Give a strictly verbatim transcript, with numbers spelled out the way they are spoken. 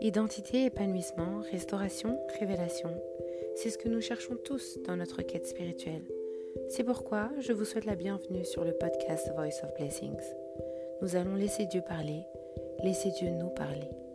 Identité, épanouissement, restauration, révélation, c'est ce que nous cherchons tous dans notre quête spirituelle. C'est pourquoi je vous souhaite la bienvenue sur le podcast Voice of Blessings. Nous allons laisser Dieu parler, laisser Dieu nous parler.